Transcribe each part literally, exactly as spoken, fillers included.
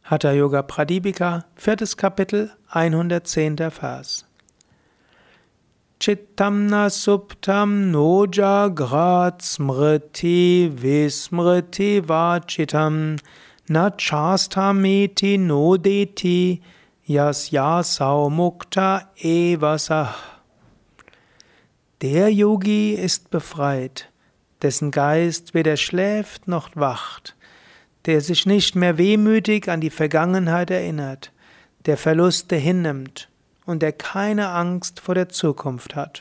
Hatha Yoga Pradipika, viertes Kapitel, hundertzehnter Vers. Chittam na suptam nojagrat smriti vismriti vachitam na chastamiti nodeti yasyasau mukta evasah. Der Yogi ist befreit, dessen Geist weder schläft noch wacht, der sich nicht mehr wehmütig an die Vergangenheit erinnert, der Verluste hinnimmt und der keine Angst vor der Zukunft hat.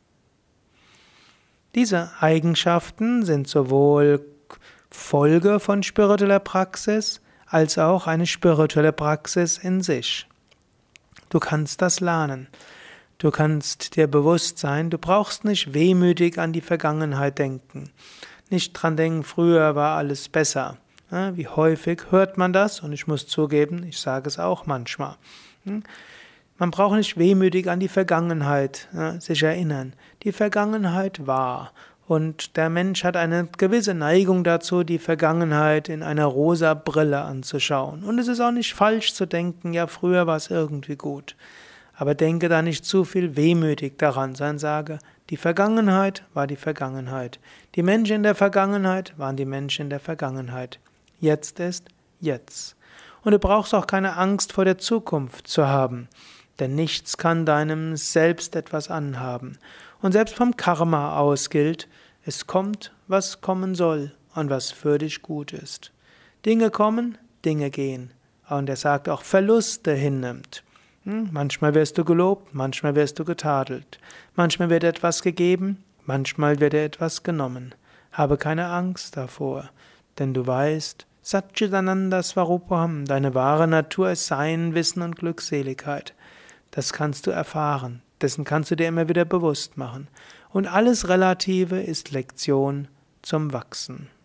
Diese Eigenschaften sind sowohl Folge von spiritueller Praxis als auch eine spirituelle Praxis in sich. Du kannst das lernen. Du kannst dir bewusst sein, du brauchst nicht wehmütig an die Vergangenheit denken. Nicht dran denken, früher war alles besser. Wie häufig hört man das? Und ich muss zugeben, ich sage es auch manchmal. Man braucht nicht wehmütig an die Vergangenheit sich erinnern. Die Vergangenheit war. Und der Mensch hat eine gewisse Neigung dazu, die Vergangenheit in einer rosa Brille anzuschauen. Und es ist auch nicht falsch zu denken, ja, früher war es irgendwie gut. Aber denke da nicht zu viel wehmütig daran, sondern sage, die Vergangenheit war die Vergangenheit. Die Menschen in der Vergangenheit waren die Menschen in der Vergangenheit. Jetzt ist jetzt. Und du brauchst auch keine Angst vor der Zukunft zu haben, denn nichts kann deinem Selbst etwas anhaben. Und selbst vom Karma aus gilt, es kommt, was kommen soll und was für dich gut ist. Dinge kommen, Dinge gehen. Und er sagt auch, Verluste hinnimmt. Manchmal wirst du gelobt, manchmal wirst du getadelt. Manchmal wird etwas gegeben, manchmal wird dir etwas genommen. Habe keine Angst davor, denn du weißt, Satchitananda Swarupam, deine wahre Natur ist Sein, Wissen und Glückseligkeit. Das kannst du erfahren, dessen kannst du dir immer wieder bewusst machen. Und alles Relative ist Lektion zum Wachsen.